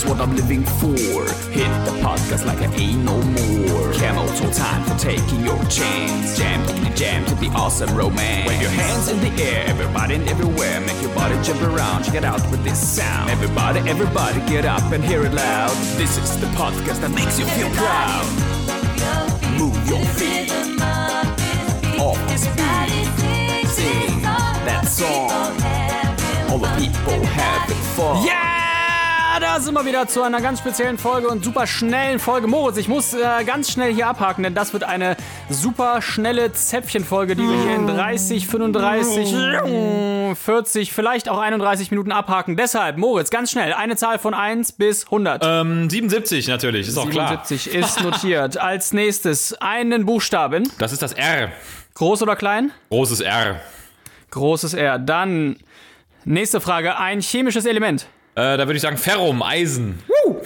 is what I'm living for. Hit the podcast like I ain't no more. Camel toe time for taking your chance. Jam to the jam to the awesome romance. Wave your hands in the air, everybody and everywhere. Make your body jump around, check it out with this sound. Everybody, everybody get up and hear it loud. This is the podcast that makes you feel proud. Move your feet off this beat. Sing that song. All the people having fun. Ja, da sind wir wieder zu einer ganz speziellen Folge und super schnellen Folge. Moritz, ich muss ganz schnell hier abhaken, denn das wird eine super schnelle Zäpfchenfolge, die wir hier in 30, 35, 40, vielleicht auch 31 Minuten abhaken. Deshalb, Moritz, ganz schnell, eine Zahl von 1 bis 100. 77 natürlich, ist auch klar. 77 ist notiert. Als nächstes einen Buchstaben. Das ist das R. Groß oder klein? Großes R. Großes R. Dann nächste Frage, ein chemisches Element. Da würde ich sagen Ferrum, Eisen.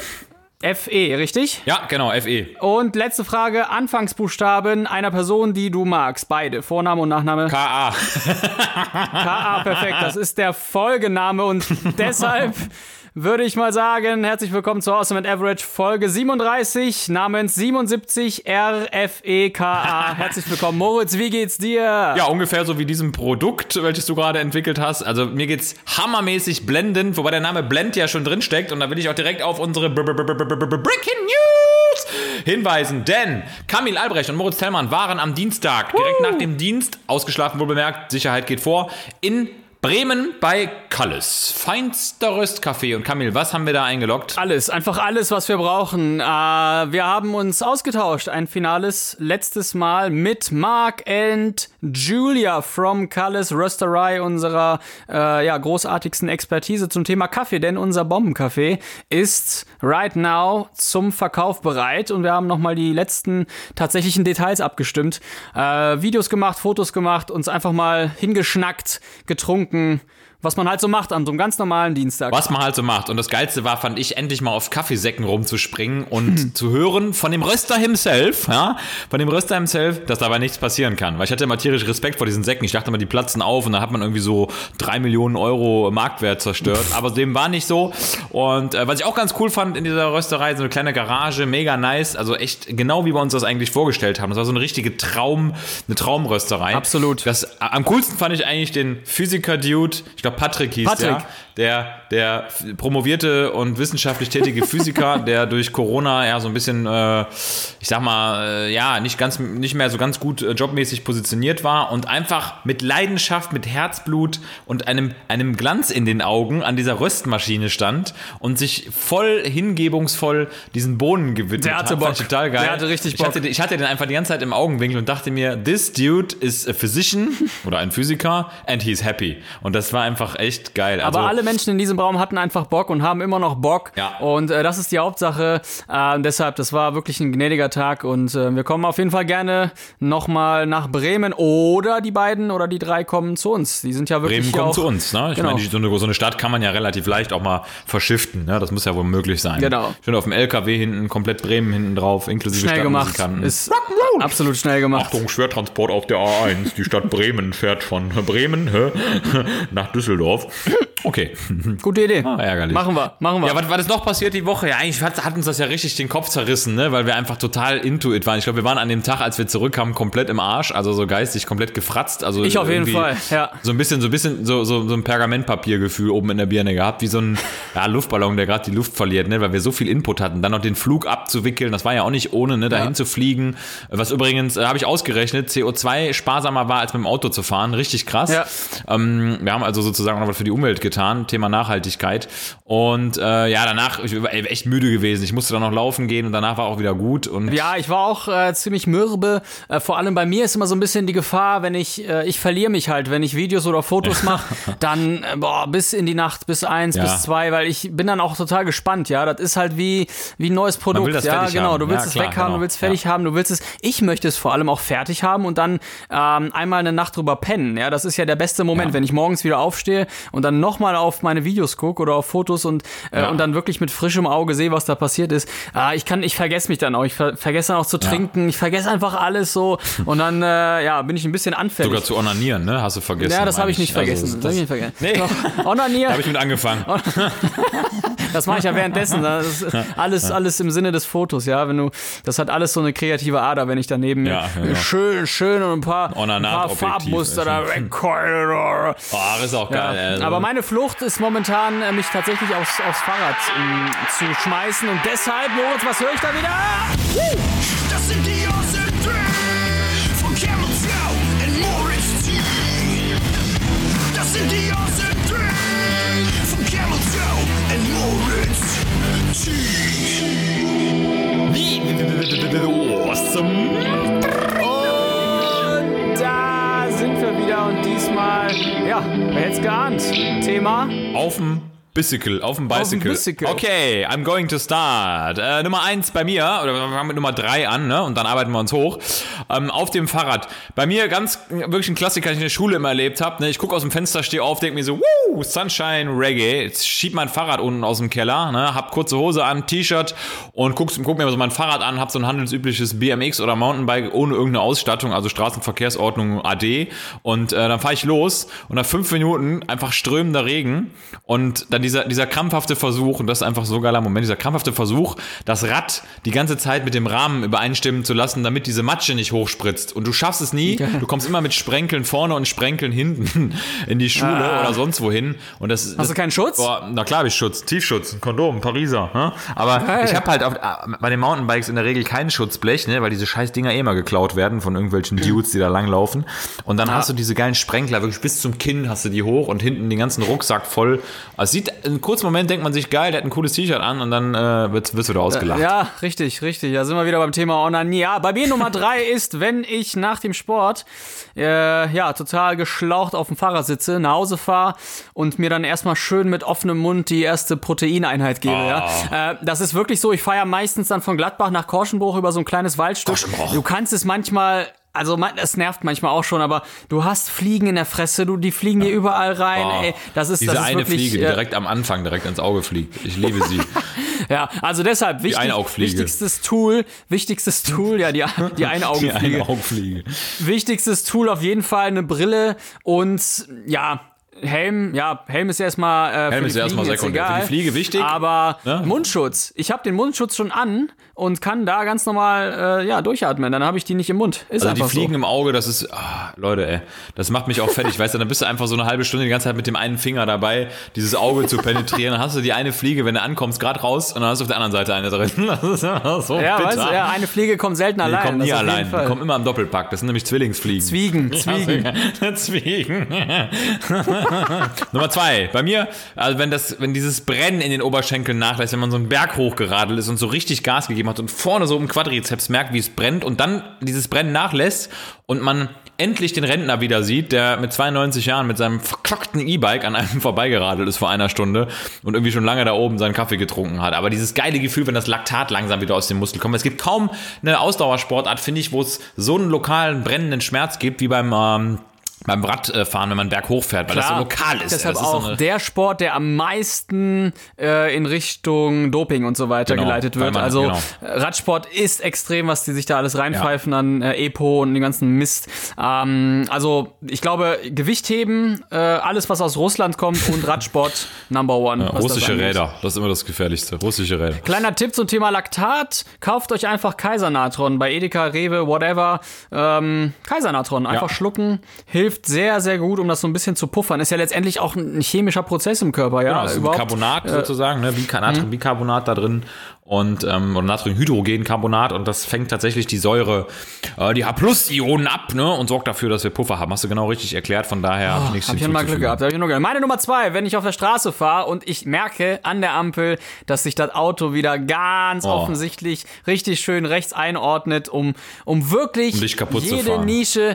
Fe, richtig? Ja, genau, Fe. Und letzte Frage, Anfangsbuchstaben einer Person, die du magst. Beide, Vorname und Nachname. K.A. K.A., perfekt, das ist der Folgename und deshalb würde ich mal sagen, herzlich willkommen zur Awesome and Average Folge 37 namens 77 RFEKA. Herzlich willkommen, Moritz, wie geht's dir? Ja, ungefähr so wie diesem Produkt, welches du gerade entwickelt hast. Also mir geht's hammermäßig blendend, wobei der Name Blend ja schon drin steckt und da will ich auch direkt auf unsere Breaking News hinweisen, denn Kamil Albrecht und Moritz Tellmann waren am Dienstag, direkt nach dem Dienst, ausgeschlafen wohl bemerkt, Sicherheit geht vor, in Bremen bei Kalles. Feinster Röstkaffee. Und Kamil, was haben wir da eingeloggt? Alles, einfach alles, was wir brauchen. Wir haben uns ausgetauscht, ein finales letztes Mal mit Mark and Julia from Kalles Rösterei, unserer großartigsten Expertise zum Thema Kaffee, denn unser Bombenkaffee ist right now zum Verkauf bereit und wir haben nochmal die letzten tatsächlichen Details abgestimmt, Videos gemacht, Fotos gemacht, uns einfach mal hingeschnackt, getrunken, was man halt so macht an so einem ganz normalen Dienstag. Was man halt so macht. Und das Geilste war, fand ich, endlich mal auf Kaffeesäcken rumzuspringen und zu hören von dem Röster himself, dass dabei nichts passieren kann. Weil ich hatte immer tierisch Respekt vor diesen Säcken. Ich dachte immer, die platzen auf und dann hat man irgendwie so 3 Millionen Euro Marktwert zerstört. Aber dem war nicht so. Und was ich auch ganz cool fand in dieser Rösterei, so eine kleine Garage, mega nice. Also echt genau, wie wir uns das eigentlich vorgestellt haben. Das war so eine richtige Traumrösterei. Absolut. Am coolsten fand ich eigentlich den Physiker-Dude, ich glaube Patrick hieß der promovierte und wissenschaftlich tätige Physiker, der durch Corona ja so ein bisschen, nicht mehr so ganz gut jobmäßig positioniert war und einfach mit Leidenschaft, mit Herzblut und einem Glanz in den Augen an dieser Röstmaschine stand und sich voll hingebungsvoll diesen Bohnen gewidmet hat. Der hatte Bock. Total geil. Der hatte richtig Bock. Ich hatte den einfach die ganze Zeit im Augenwinkel und dachte mir, this dude is a physician oder ein Physiker and he's happy. Und das war einfach echt geil. Aber alle Menschen in diesem Raum hatten einfach Bock und haben immer noch Bock. Ja. Und das ist die Hauptsache. Deshalb, das war wirklich ein gnädiger Tag. Und wir kommen auf jeden Fall gerne nochmal nach Bremen. Oder die beiden oder die drei kommen zu uns. Die sind ja wirklich Bremen kommt zu uns. Ne? Ich genau. meine, so eine Stadt kann man ja relativ leicht auch mal verschiften. Ne? Das muss ja wohl möglich sein. Genau. Schön auf dem LKW hinten, komplett Bremen hinten drauf, inklusive schnell gemacht. Stadtmusikanten. Ist absolut schnell gemacht. Achtung, Schwertransport auf der A1. Die Stadt Bremen fährt von Bremen nach Düsseldorf. Okay. Gute Idee. Ärgerlich. Machen wir. Ja, was ist noch passiert die Woche? Ja, eigentlich hat uns das ja richtig den Kopf zerrissen, ne? Weil wir einfach total into it waren. Ich glaube, wir waren an dem Tag, als wir zurückkamen, komplett im Arsch, also so geistig komplett gefratzt. Also ich auf jeden Fall, ja. So ein bisschen so ein Pergamentpapiergefühl oben in der Birne gehabt, wie so ein Luftballon, der gerade die Luft verliert, ne? Weil wir so viel Input hatten. Dann noch den Flug abzuwickeln, das war ja auch nicht ohne, ne? Dahin zu fliegen. Was übrigens, habe ich ausgerechnet, CO2 sparsamer war, als mit dem Auto zu fahren. Richtig krass. Ja. Wir haben also sozusagen noch was für die Umwelt getan, Thema Nachhaltigkeit. Und danach, ich war echt müde gewesen. Ich musste dann noch laufen gehen und danach war auch wieder gut. Und ja, ich war auch ziemlich mürbe. Vor allem bei mir ist immer so ein bisschen die Gefahr, wenn ich verliere mich halt, wenn ich Videos oder Fotos mache, dann bis in die Nacht, bis 1, bis 2, weil ich bin dann auch total gespannt, ja. Das ist halt wie ein neues Produkt. Man will das fertig genau, haben. du willst es weg haben, du willst es fertig haben, du willst es, ich möchte es vor allem auch fertig haben und dann einmal eine Nacht drüber pennen, ja. Das ist ja der beste Moment, wenn ich morgens wieder aufstehe und dann noch nochmal auf meine Videos gucke oder auf Fotos und dann wirklich mit frischem Auge sehe, was da passiert ist, ich vergesse mich dann auch. Ich vergesse dann auch zu trinken. Ich vergesse einfach alles so. Und dann, bin ich ein bisschen anfällig. Sogar zu onanieren, ne? Hast du vergessen? Ja, das habe ich nicht vergessen. Also, das habe ich nicht vergessen. Nee. Onanieren. Da habe ich mit angefangen. Das mache ich ja währenddessen. Das ist alles im Sinne des Fotos, ja. Das hat alles so eine kreative Ader, wenn ich daneben schön und ein paar Farbmuster da wegkeulen. Das ist auch geil. Ja. Aber meine Flucht ist momentan, mich tatsächlich aufs Fahrrad zu schmeißen. Und deshalb, Moritz, was höre ich da wieder? Das sind die Awesome Dreams von Camel Joe und Moritz T. Das sind die Awesome Dreams von Camel Joe und Moritz T. Awesome. Und da sind wir wieder und diesmal, wer hätte es geahnt? Thema? Auf dem Bicycle. Okay, I'm going to start. Nummer 1 bei mir, oder wir fangen mit Nummer 3 an, ne? Und dann arbeiten wir uns hoch. Auf dem Fahrrad. Bei mir wirklich ein Klassiker, den ich in der Schule immer erlebt habe. Ne? Ich gucke aus dem Fenster, stehe auf, denke mir so, Sunshine Reggae. Jetzt schieb mein Fahrrad unten aus dem Keller, ne? Hab kurze Hose an, T-Shirt und guck mir so mein Fahrrad an, hab so ein handelsübliches BMX oder Mountainbike ohne irgendeine Ausstattung, also Straßenverkehrsordnung AD. Und dann fahre ich los und nach 5 Minuten einfach strömender Regen und dann dieser krampfhafte Versuch, und das ist einfach so ein geiler Moment, dieser krampfhafte Versuch, das Rad die ganze Zeit mit dem Rahmen übereinstimmen zu lassen, damit diese Matsche nicht hochspritzt. Und du schaffst es nie, du kommst immer mit Sprenkeln vorne und Sprenkeln hinten in die Schule oder sonst wohin. Und hast du keinen Schutz? Na klar habe ich Schutz, Tiefschutz, Kondom, Pariser. Ne? Aber ich habe halt bei den Mountainbikes in der Regel kein Schutzblech, ne? Weil diese scheiß Dinger immer geklaut werden von irgendwelchen Dudes, die da langlaufen. Und dann hast du diese geilen Sprenkler, wirklich bis zum Kinn hast du die hoch und hinten den ganzen Rucksack voll. Also sieht einen kurzen Moment denkt man sich, geil, der hat ein cooles T-Shirt an und dann wirst du da ausgelacht. Ja, richtig. Da sind wir wieder beim Thema Onanie. Ja, bei mir Nummer 3 ist, wenn ich nach dem Sport total geschlaucht auf dem Fahrrad sitze, nach Hause fahre und mir dann erstmal schön mit offenem Mund die erste Proteineinheit gebe. Ja. Das ist wirklich so, ich fahre ja meistens dann von Gladbach nach Korschenbruch über so ein kleines Waldstück. Du kannst es manchmal... Also es nervt manchmal auch schon, aber du hast Fliegen in der Fresse, die fliegen dir überall rein. Ey, das ist eine wirklich, Fliege, die direkt am Anfang direkt ins Auge fliegt. Ich liebe sie. Ja, also deshalb wichtigstes Tool, ja, die Einaugenfliege. Die Einaugenfliege. Wichtigstes Tool auf jeden Fall eine Brille und Helm ist erstmal Helm ist erstmal sekundär. Für die Fliege wichtig. Aber Mundschutz. Ich habe den Mundschutz schon an und kann da ganz normal durchatmen. Dann habe ich die nicht im Mund. Ist also einfach die Fliegen so. im Auge, das ist, Leute, ey, das macht mich auch fertig. Weißt du, dann bist du einfach so eine halbe Stunde die ganze Zeit mit dem einen Finger dabei, dieses Auge zu penetrieren. Dann hast du die eine Fliege, wenn du ankommst, gerade raus und dann hast du auf der anderen Seite eine drin. Das ist so bitter. Weißt du, eine Fliege kommt selten allein. Die kommen nie allein. Die kommen immer im Doppelpack. Das sind nämlich Zwillingsfliegen. Zwiegen. Zwiegen. Nummer 2. Bei mir, also wenn dieses Brennen in den Oberschenkeln nachlässt, wenn man so einen Berg hochgeradelt ist und so richtig Gas gegeben hat und vorne so im Quadrizeps merkt, wie es brennt und dann dieses Brennen nachlässt und man endlich den Rentner wieder sieht, der mit 92 Jahren mit seinem verklockten E-Bike an einem vorbeigeradelt ist vor einer Stunde und irgendwie schon lange da oben seinen Kaffee getrunken hat. Aber dieses geile Gefühl, wenn das Laktat langsam wieder aus dem Muskel kommt. Es gibt kaum eine Ausdauersportart, finde ich, wo es so einen lokalen brennenden Schmerz gibt wie beim Radfahren, wenn man berghoch fährt, weil das so lokal ist. Deshalb das ist auch der Sport, der am meisten in Richtung Doping und so weiter geleitet wird. Radsport ist extrem, was die sich da alles reinpfeifen an EPO und den ganzen Mist. Also ich glaube, Gewichtheben, alles was aus Russland kommt und Radsport Number One. Ja, russische Räder, das ist immer das Gefährlichste. Russische Räder. Kleiner Tipp zum Thema Laktat, kauft euch einfach Kaisernatron bei Edeka, Rewe, whatever. Kaisernatron, einfach schlucken, hilft sehr, sehr gut, um das so ein bisschen zu puffern. Ist ja letztendlich auch ein chemischer Prozess im Körper, ja. Genau, das ist ein Carbonat sozusagen, ne? Natriumbicarbonat da drin und oder Natriumhydrogencarbonat und das fängt tatsächlich die Säure, die H+-Ionen ab, ne? Und sorgt dafür, dass wir Puffer haben. Hast du genau richtig erklärt, von daher habe ich nichts hinzuzufügen. Glück gehabt. Meine Nummer 2, wenn ich auf der Straße fahre und ich merke an der Ampel, dass sich das Auto wieder ganz offensichtlich richtig schön rechts einordnet, um wirklich dich kaputt zu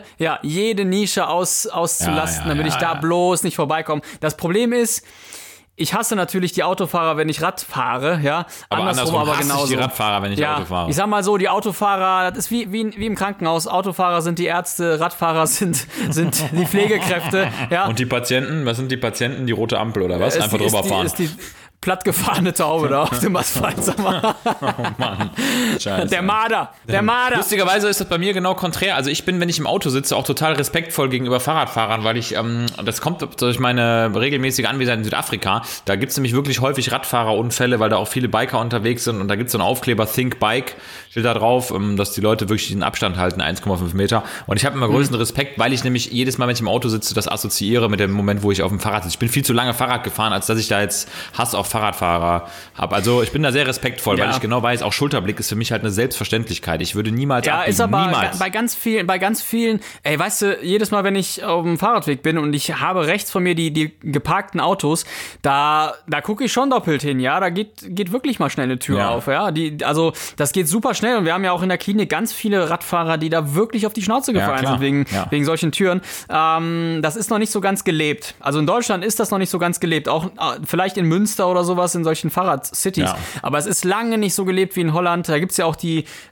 jede Nische auszulasten, damit ich da bloß nicht vorbeikomme. Das Problem ist, ich hasse natürlich die Autofahrer, wenn ich Rad fahre, ja. Aber andersrum hasse genauso. ich die Radfahrer, wenn ich Auto fahre. Ich sag mal so, die Autofahrer, das ist wie im Krankenhaus. Autofahrer sind die Ärzte, Radfahrer sind die Pflegekräfte, ja. Und die Patienten, was sind die Patienten? Die rote Ampel oder was? Einfach drüber fahren. Ist die plattgefahrene Taube da auf dem Asphalt, sag mal. Oh Mann. Scheiße. Der Marder. Lustigerweise ist das bei mir genau konträr. Also ich bin, wenn ich im Auto sitze, auch total respektvoll gegenüber Fahrradfahrern, weil ich, das kommt durch meine regelmäßige Anwesenheit in Südafrika. Da gibt es nämlich wirklich häufig Radfahrerunfälle, weil da auch viele Biker unterwegs sind und da gibt es so einen Aufkleber Think Bike, steht da drauf, dass die Leute wirklich den Abstand halten, 1,5 Meter. Und ich habe immer größten Respekt, weil ich nämlich jedes Mal, wenn ich im Auto sitze, das assoziiere mit dem Moment, wo ich auf dem Fahrrad sitze. Ich bin viel zu lange Fahrrad gefahren, als dass ich da jetzt Hass auf Fahrradfahrer habe. Also ich bin da sehr respektvoll, weil ich genau weiß, auch Schulterblick ist für mich halt eine Selbstverständlichkeit. Ich würde niemals abbiegen. Ist aber niemals. bei ganz vielen, ey, weißt du, jedes Mal, wenn ich auf dem Fahrradweg bin und ich habe rechts von mir die geparkten Autos, da gucke ich schon doppelt hin, ja, da geht wirklich mal schnell eine Tür auf, ja, also das geht super schnell und wir haben ja auch in der Klinik ganz viele Radfahrer, die da wirklich auf die Schnauze gefallen sind wegen solchen Türen. Das ist noch nicht so ganz gelebt. Also in Deutschland ist das noch nicht so ganz gelebt, auch vielleicht in Münster oder sowas, in solchen Fahrradcities. Ja. Aber es ist lange nicht so gelebt wie in Holland. Da gibt es ja auch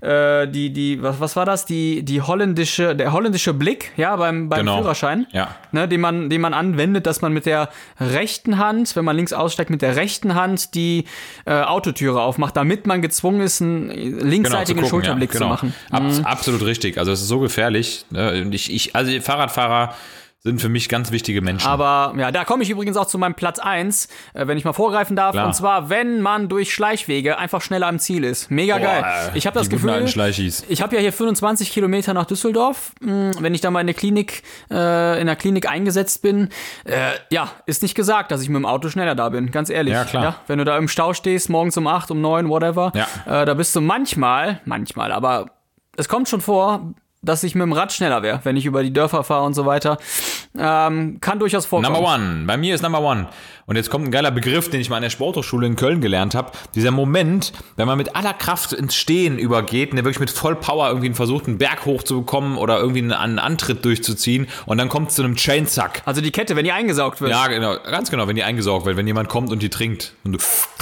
was war das? Der holländische Blick, ja, beim Führerschein, ne, den man anwendet, dass man mit der rechten Hand, wenn man links aussteigt, mit der rechten Hand die Autotüre aufmacht, damit man gezwungen ist, einen linksseitigen Schulterblick zu machen. Absolut richtig. Also es ist so gefährlich. Also Fahrradfahrer sind für mich ganz wichtige Menschen. Aber ja, da komme ich übrigens auch zu meinem Platz 1, wenn ich mal vorgreifen darf. Klar. Und zwar, wenn man durch Schleichwege einfach schneller am Ziel ist. Mega geil. Ich habe das Gefühl, ich habe ja hier 25 Kilometer nach Düsseldorf. Wenn ich da mal in der Klinik eingesetzt bin, ist nicht gesagt, dass ich mit dem Auto schneller da bin. Ganz ehrlich. Ja, klar. Ja, wenn du da im Stau stehst, morgens um 8, um 9, whatever, da bist du manchmal, aber es kommt schon vor, dass ich mit dem Rad schneller wäre, wenn ich über die Dörfer fahre und so weiter. Kann durchaus vorkommen. Number one. Bei mir ist Number one. Und jetzt kommt ein geiler Begriff, den ich mal in der Sporthochschule in Köln gelernt habe. Dieser Moment, wenn man mit aller Kraft ins Stehen übergeht und der wirklich mit Vollpower irgendwie versucht, einen Berg hochzubekommen oder irgendwie einen Antritt durchzuziehen und dann kommt es zu einem Chainsack. Also die Kette, wenn die eingesaugt wird. Ja, genau, ganz genau, wenn die eingesaugt wird, wenn jemand kommt und die trinkt. Und du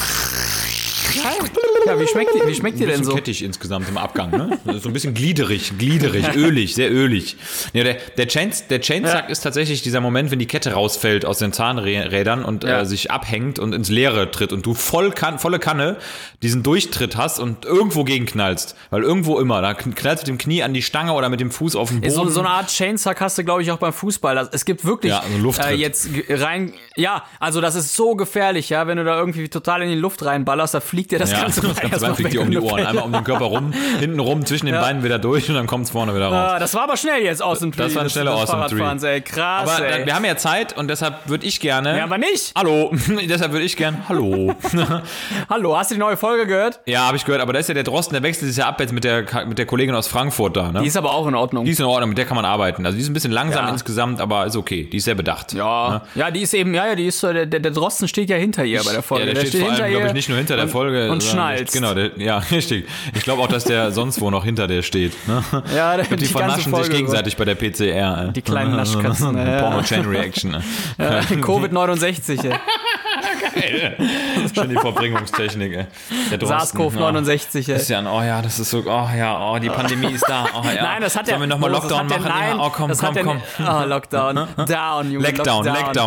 ja, wie schmeckt die denn so? Ein bisschen kettig insgesamt im Abgang, ne? So ein bisschen gliederig, ölig, sehr ölig. Ja, der Chainsack ist tatsächlich dieser Moment, wenn die Kette rausfällt aus den Zahnrädern und sich abhängt und ins Leere tritt und du volle Kanne diesen Durchtritt hast und irgendwo gegenknallst. Weil irgendwo immer, da knallst du mit dem Knie an die Stange oder mit dem Fuß auf den Boden. So eine Art Chainsack hast du, glaube ich, auch beim Fußball. Es gibt wirklich so einen Lufttritt. jetzt rein. Ja, also das ist so gefährlich, ja, wenn du da irgendwie total in die Luft reinballerst, da fliegt dir das ganze Bein fliegt dir um die Ohren. Einmal um den Körper rum, hinten rum, zwischen den Beinen wieder durch und dann kommt es vorne wieder raus. Das war aber schnell jetzt Awesome Tree. Das war ein schneller Awesome Tree. Ey, krass, aber ey. Wir haben ja Zeit und deshalb würde ich gerne... Ja, aber nicht. Hallo. Deshalb würde ich gerne... Hallo. Hallo, hast du die neue Folge gehört? Ja, habe ich gehört, aber da ist ja der Drosten, der wechselt sich ja ab jetzt mit der Kollegin aus Frankfurt da, ne? Die ist aber auch in Ordnung. Die ist in Ordnung, mit der kann man arbeiten. Also die ist ein bisschen langsam insgesamt, aber ist okay. Die ist sehr bedacht. Ja, die ist eben, die ist der Drosten steht ja hinter ihr bei der Folge. Ja, der steht vor allem, glaube ich, nicht nur hinter der Folge. Und schnallt. Genau, richtig. Ich glaube auch, dass der sonst wo noch hinter der steht. Ne? Ja, die vernaschen sich gegenseitig bei der PCR. Die kleinen Naschkatzen. Porno-Chain-Reaction. Covid-69. Geil. Schön die Verbringungstechnik, ey. SARS-CoV-69, ist ja das ist so, die Pandemie ist da. Nein, das hat Sollen wir nochmal Lockdown machen? Nein, komm. Lockdown. Down, Junge. Leckdown.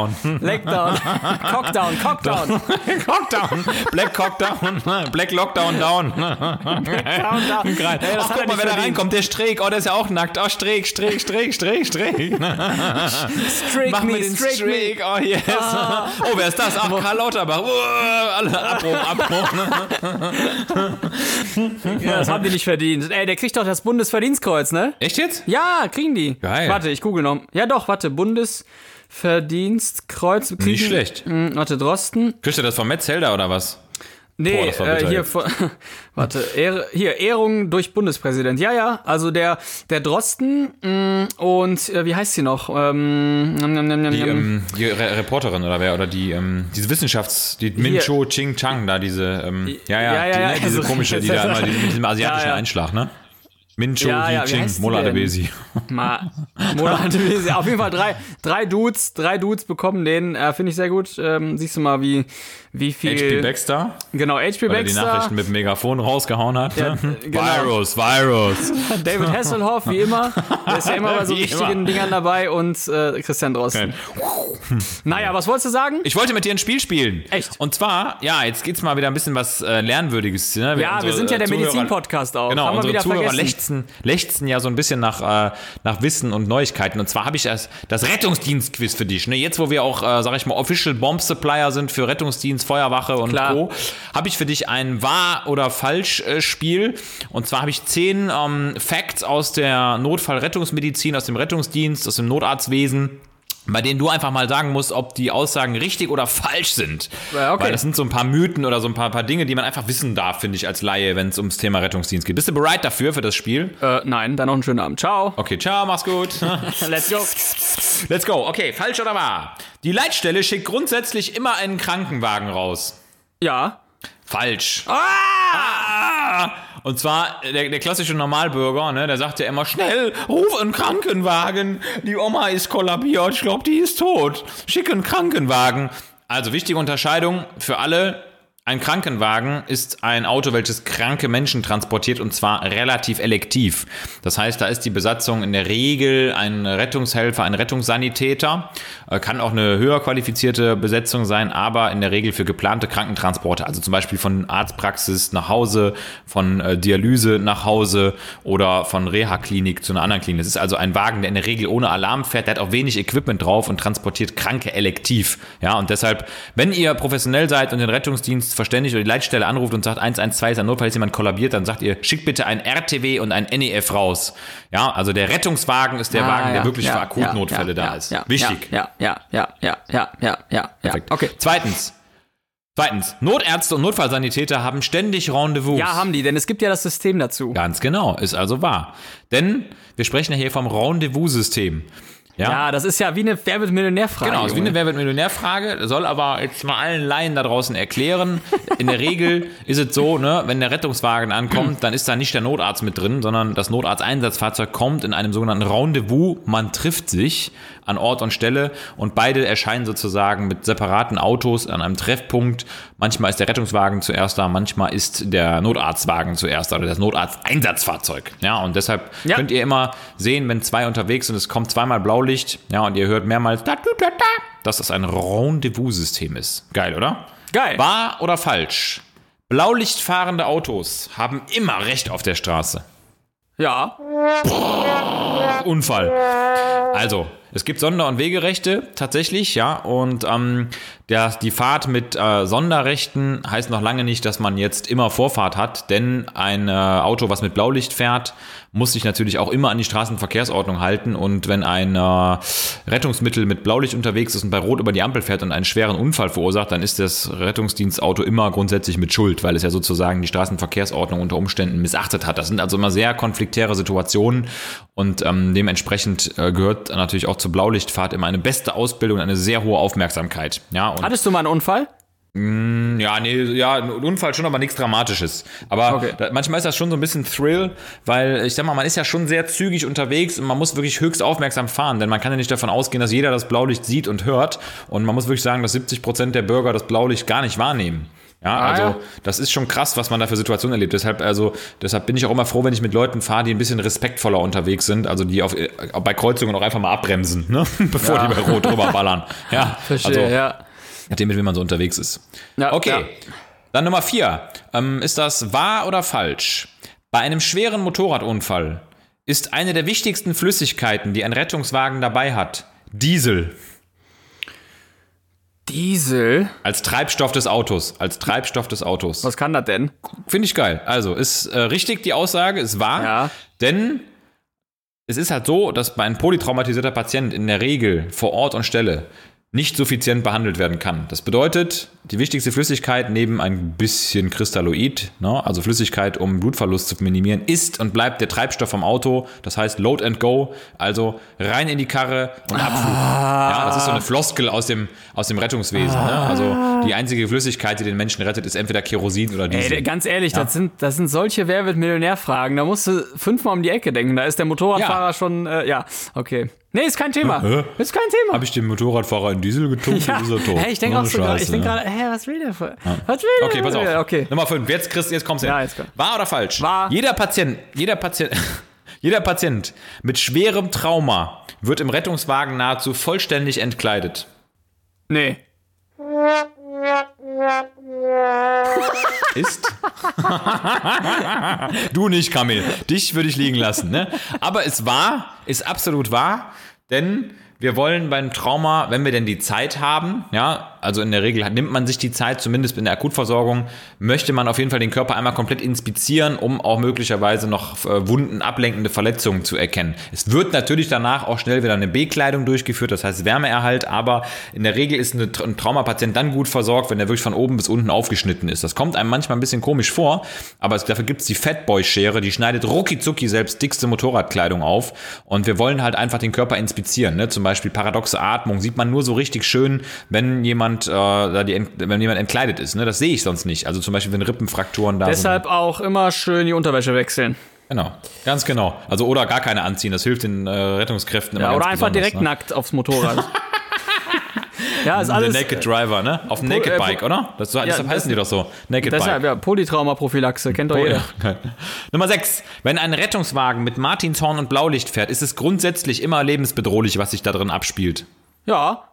Cockdown. Cockdown. Black Cockdown. Black Lockdown down. Guck mal, wer da reinkommt. Der Streeck. Der ist ja auch nackt. Streeck. Mach mir den Streeck. Oh, yes. Oh, wer ist das? Karl Lauterbach. Alle Abbruch. Ja, das haben die nicht verdient. Ey, der kriegt doch das Bundesverdienstkreuz, ne? Echt jetzt? Ja, kriegen die. Geil. Warte, ich google noch. Ja doch, Bundesverdienstkreuz. Nicht schlecht. Warte, Drosten. Kriegst du das von Metzelder oder was? Nee, hier Ehrung durch Bundespräsident. Ja, also der Drosten und wie heißt sie noch? Die Reporterin oder wer? Oder die diese die Min-Cho Ching-Chang da, diese diese komische, die da immer mit diesem asiatischen Einschlag, ne? Mincho, Ja, ja, wie Yiching, heißt die Mola denn? Adebesi. Auf jeden Fall drei Dudes bekommen den. Finde ich sehr gut. Siehst du mal, wie viel. HP Baxter, Genau, HP weil er die Baxter. Nachrichten mit dem Megafon rausgehauen hat. Ja, ne? genau. Virus. David Hasselhoff, wie immer. Der ist ja immer bei so Wie wichtigen immer. Dingern dabei und Christian Drosten. Naja, was wolltest du sagen? Ich wollte mit dir ein Spiel spielen. Echt? Und zwar, ja, jetzt geht's mal wieder ein bisschen was Lernwürdiges. Ne? Wir sind ja der Medizin-Podcast auch. Genau, Haben wir unsere wieder Zuhörer vergessen. lechzen ja so ein bisschen nach Wissen und Neuigkeiten. Und zwar habe ich das Rettungsdienst-Quiz für dich. Ne? Jetzt, wo wir auch, sag ich mal, Official Bomb Supplier sind für Rettungsdienst, Feuerwache und Klar. Co., habe ich für dich ein Wahr- oder Falsch-Spiel. Und zwar habe ich 10 Facts aus der Notfallrettungsmedizin, aus dem Rettungsdienst, aus dem Notarztwesen, bei denen du einfach mal sagen musst, ob die Aussagen richtig oder falsch sind. Ja, okay. Weil das sind so ein paar Mythen oder so ein paar Dinge, die man einfach wissen darf, finde ich, als Laie, wenn es ums Thema Rettungsdienst geht. Bist du bereit dafür, für das Spiel? Nein, dann noch einen schönen Abend. Ciao. Okay, ciao, mach's gut. Let's go. Let's go. Okay, falsch oder wahr? Die Leitstelle schickt grundsätzlich immer einen Krankenwagen raus. Ja. Falsch. Ah! Und zwar der klassische Normalbürger, ne, der sagt ja immer, schnell, ruf einen Krankenwagen, die Oma ist kollabiert, ich glaube, die ist tot. Schick einen Krankenwagen. Also wichtige Unterscheidung für alle. Ein Krankenwagen ist ein Auto, welches kranke Menschen transportiert und zwar relativ elektiv. Das heißt, da ist die Besatzung in der Regel ein Rettungshelfer, ein Rettungssanitäter. Kann auch eine höher qualifizierte Besetzung sein, aber in der Regel für geplante Krankentransporte. Also zum Beispiel von Arztpraxis nach Hause, von Dialyse nach Hause oder von Reha-Klinik zu einer anderen Klinik. Das ist also ein Wagen, der in der Regel ohne Alarm fährt. Der hat auch wenig Equipment drauf und transportiert Kranke elektiv. Ja, und deshalb, wenn ihr professionell seid und den Rettungsdienst verständigt oder die Leitstelle anruft und sagt 112 ist ein Notfall, ist jemand kollabiert, dann sagt ihr, schickt bitte ein RTW und ein NEF raus. Ja, also der Rettungswagen ist der Wagen, der wirklich für Akutnotfälle da ist. Wichtig. Ja. Perfekt. Okay. Zweitens, Notärzte und Notfallsanitäter haben ständig Rendezvous. Ja, haben die, denn es gibt ja das System dazu. Ganz genau, ist also wahr. Denn wir sprechen ja hier vom Rendezvous-System. Ja, das ist ja wie eine Wer wird Millionär-Frage. Genau, ist wie eine Wer wird Millionär-Frage, soll aber jetzt mal allen Laien da draußen erklären. In der Regel ist es so, ne, wenn der Rettungswagen ankommt, dann ist da nicht der Notarzt mit drin, sondern das Notarzteinsatzfahrzeug kommt in einem sogenannten Rendezvous. Man trifft sich an Ort und Stelle und beide erscheinen sozusagen mit separaten Autos an einem Treffpunkt. Manchmal ist der Rettungswagen zuerst da, manchmal ist der Notarztwagen zuerst da oder das Notarzteinsatzfahrzeug. Ja, und deshalb könnt ihr immer sehen, wenn zwei unterwegs sind, es kommt zweimal Blaulicht, ja, und ihr hört mehrmals, dass das ein Rendezvous-System ist. Geil, oder? Geil. Wahr oder falsch? Blaulichtfahrende Autos haben immer Recht auf der Straße. Ja. Unfall. Also, es gibt Sonder- und Wegerechte tatsächlich, ja, und die Fahrt mit Sonderrechten heißt noch lange nicht, dass man jetzt immer Vorfahrt hat, denn ein Auto, was mit Blaulicht fährt, muss sich natürlich auch immer an die Straßenverkehrsordnung halten und wenn ein Rettungsmittel mit Blaulicht unterwegs ist und bei Rot über die Ampel fährt und einen schweren Unfall verursacht, dann ist das Rettungsdienstauto immer grundsätzlich mit Schuld, weil es ja sozusagen die Straßenverkehrsordnung unter Umständen missachtet hat. Das sind also immer sehr konfliktäre Situationen und dementsprechend gehört natürlich auch zur Blaulichtfahrt immer eine beste Ausbildung und eine sehr hohe Aufmerksamkeit. Ja, und Hattest du mal einen Unfall? ein Unfall schon, aber nichts Dramatisches. Aber Okay. Manchmal ist das schon so ein bisschen Thrill, weil ich sag mal, man ist ja schon sehr zügig unterwegs und man muss wirklich höchst aufmerksam fahren, denn man kann ja nicht davon ausgehen, dass jeder das Blaulicht sieht und hört und man muss wirklich sagen, dass 70% der Bürger das Blaulicht gar nicht wahrnehmen. Ja, das ist schon krass, was man da für Situationen erlebt. Deshalb bin ich auch immer froh, wenn ich mit Leuten fahre, die ein bisschen respektvoller unterwegs sind, also die bei Kreuzungen auch einfach mal abbremsen, ne? Bevor die bei Rot drüber ballern. Ja, Verstehe, also, ja. nachdem, mit wem man so unterwegs ist. Ja, Okay, ja. Dann Nummer 4. Ist das wahr oder falsch? Bei einem schweren Motorradunfall ist eine der wichtigsten Flüssigkeiten, die ein Rettungswagen dabei hat, Diesel. Diesel? Als Treibstoff des Autos. Was kann das denn? Finde ich geil. Also, ist richtig die Aussage, ist wahr. Ja. Denn es ist halt so, dass bei einem polytraumatisierter Patient in der Regel vor Ort und Stelle nicht suffizient behandelt werden kann. Das bedeutet, die wichtigste Flüssigkeit neben ein bisschen Kristalloid, ne, also Flüssigkeit, um Blutverlust zu minimieren, ist und bleibt der Treibstoff vom Auto. Das heißt Load and Go, also rein in die Karre und Abflug. Ja, das ist so eine Floskel aus dem Rettungswesen. Ne? Also die einzige Flüssigkeit, die den Menschen rettet, ist entweder Kerosin oder Diesel. Ey, ganz ehrlich, das sind solche Wer wird Millionär-Fragen. Da musst du 5-mal um die Ecke denken. Da ist der Motorradfahrer schon, okay. Nee, ist kein Thema. Ist kein Thema. Habe ich den Motorradfahrer in Diesel getunkt, ist er tot. Hey, ich denke auch so gerade, was will der für? Was will der? Okay, pass auf. Okay. Nummer 5. Jetzt kommst du hin. Ja, jetzt komm. Wahr oder falsch? Wahr. Jeder Patient mit schwerem Trauma wird im Rettungswagen nahezu vollständig entkleidet. Nee. Ist? Du nicht, Kamil. Dich würde ich liegen lassen. Ne? Aber es ist absolut wahr, denn wir wollen beim Trauma, wenn wir denn die Zeit haben, ja, also in der Regel nimmt man sich die Zeit, zumindest in der Akutversorgung, möchte man auf jeden Fall den Körper einmal komplett inspizieren, um auch möglicherweise noch Wunden, ablenkende Verletzungen zu erkennen. Es wird natürlich danach auch schnell wieder eine B-Kleidung durchgeführt, das heißt Wärmeerhalt, aber in der Regel ist ein Traumapatient dann gut versorgt, wenn er wirklich von oben bis unten aufgeschnitten ist. Das kommt einem manchmal ein bisschen komisch vor, aber dafür gibt es die Fatboy-Schere, die schneidet rucki-zucki selbst dickste Motorradkleidung auf und wir wollen halt einfach den Körper inspizieren, ne? Zum Beispiel paradoxe Atmung sieht man nur so richtig schön, wenn jemand entkleidet ist. Ne? Das sehe ich sonst nicht. Also zum Beispiel, wenn Rippenfrakturen da sind. Deshalb auch immer schön die Unterwäsche wechseln. Genau, ganz genau. Also oder gar keine anziehen. Das hilft den Rettungskräften immer ganz oder einfach besonders, direkt nackt aufs Motorrad. Ja, ist alles. Der Naked Driver, ne? Auf dem Naked Bike, oder? Deshalb heißen die doch so. Naked deshalb, Bike. ja, Polytraumaprophylaxe, kennt doch jeder. Nummer 6. Wenn ein Rettungswagen mit Martinshorn und Blaulicht fährt, ist es grundsätzlich immer lebensbedrohlich, was sich da drin abspielt. Ja.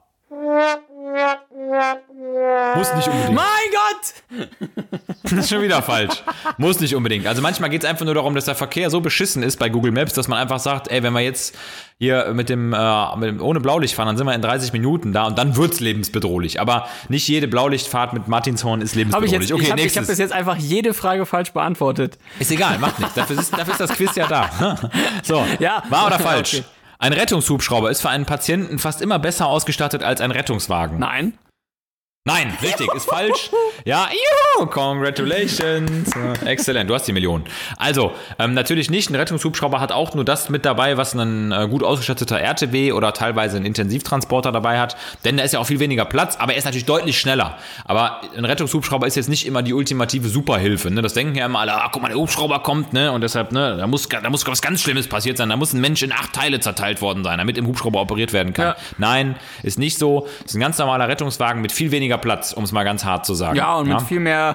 Muss nicht unbedingt. Mein Gott! Das ist schon wieder falsch. Muss nicht unbedingt. Also manchmal geht es einfach nur darum, dass der Verkehr so beschissen ist bei Google Maps, dass man einfach sagt, ey, wenn wir jetzt hier mit dem ohne Blaulicht fahren, dann sind wir in 30 Minuten da und dann wird's lebensbedrohlich. Aber nicht jede Blaulichtfahrt mit Martinshorn ist lebensbedrohlich. Ich habe bis jetzt einfach jede Frage falsch beantwortet. Ist egal, macht nichts. Dafür ist das Quiz ja da. So, ja. Wahr oder falsch? Okay. Ein Rettungshubschrauber ist für einen Patienten fast immer besser ausgestattet als ein Rettungswagen. Nein, richtig, ist falsch. Ja, juhu, congratulations. Exzellent, du hast die Million. Also, natürlich nicht. Ein Rettungshubschrauber hat auch nur das mit dabei, was ein gut ausgestatteter RTW oder teilweise ein Intensivtransporter dabei hat. Denn da ist ja auch viel weniger Platz, aber er ist natürlich deutlich schneller. Aber ein Rettungshubschrauber ist jetzt nicht immer die ultimative Superhilfe. Ne? Das denken ja immer alle, guck mal, der Hubschrauber kommt, ne? Und deshalb, ne, da muss was ganz Schlimmes passiert sein. Da muss ein Mensch in 8 Teile zerteilt worden sein, damit im Hubschrauber operiert werden kann. Ja. Nein, ist nicht so. Ist ein ganz normaler Rettungswagen mit viel weniger Platz, um es mal ganz hart zu sagen. Ja, und mit viel mehr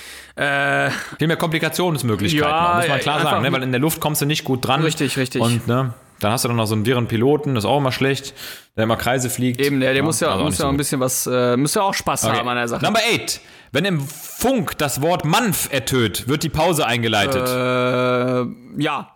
Komplikationsmöglichkeiten, muss man klar sagen, ne? Weil in der Luft kommst du nicht gut dran. Richtig. Und ne, dann hast du dann noch so einen wirren Piloten, das ist auch immer schlecht, der immer Kreise fliegt. Eben, der muss ja ein bisschen was, muss ja auch Spaß haben an der Sache. Number 8. Wenn im Funk das Wort Manf ertönt, wird die Pause eingeleitet. Ja.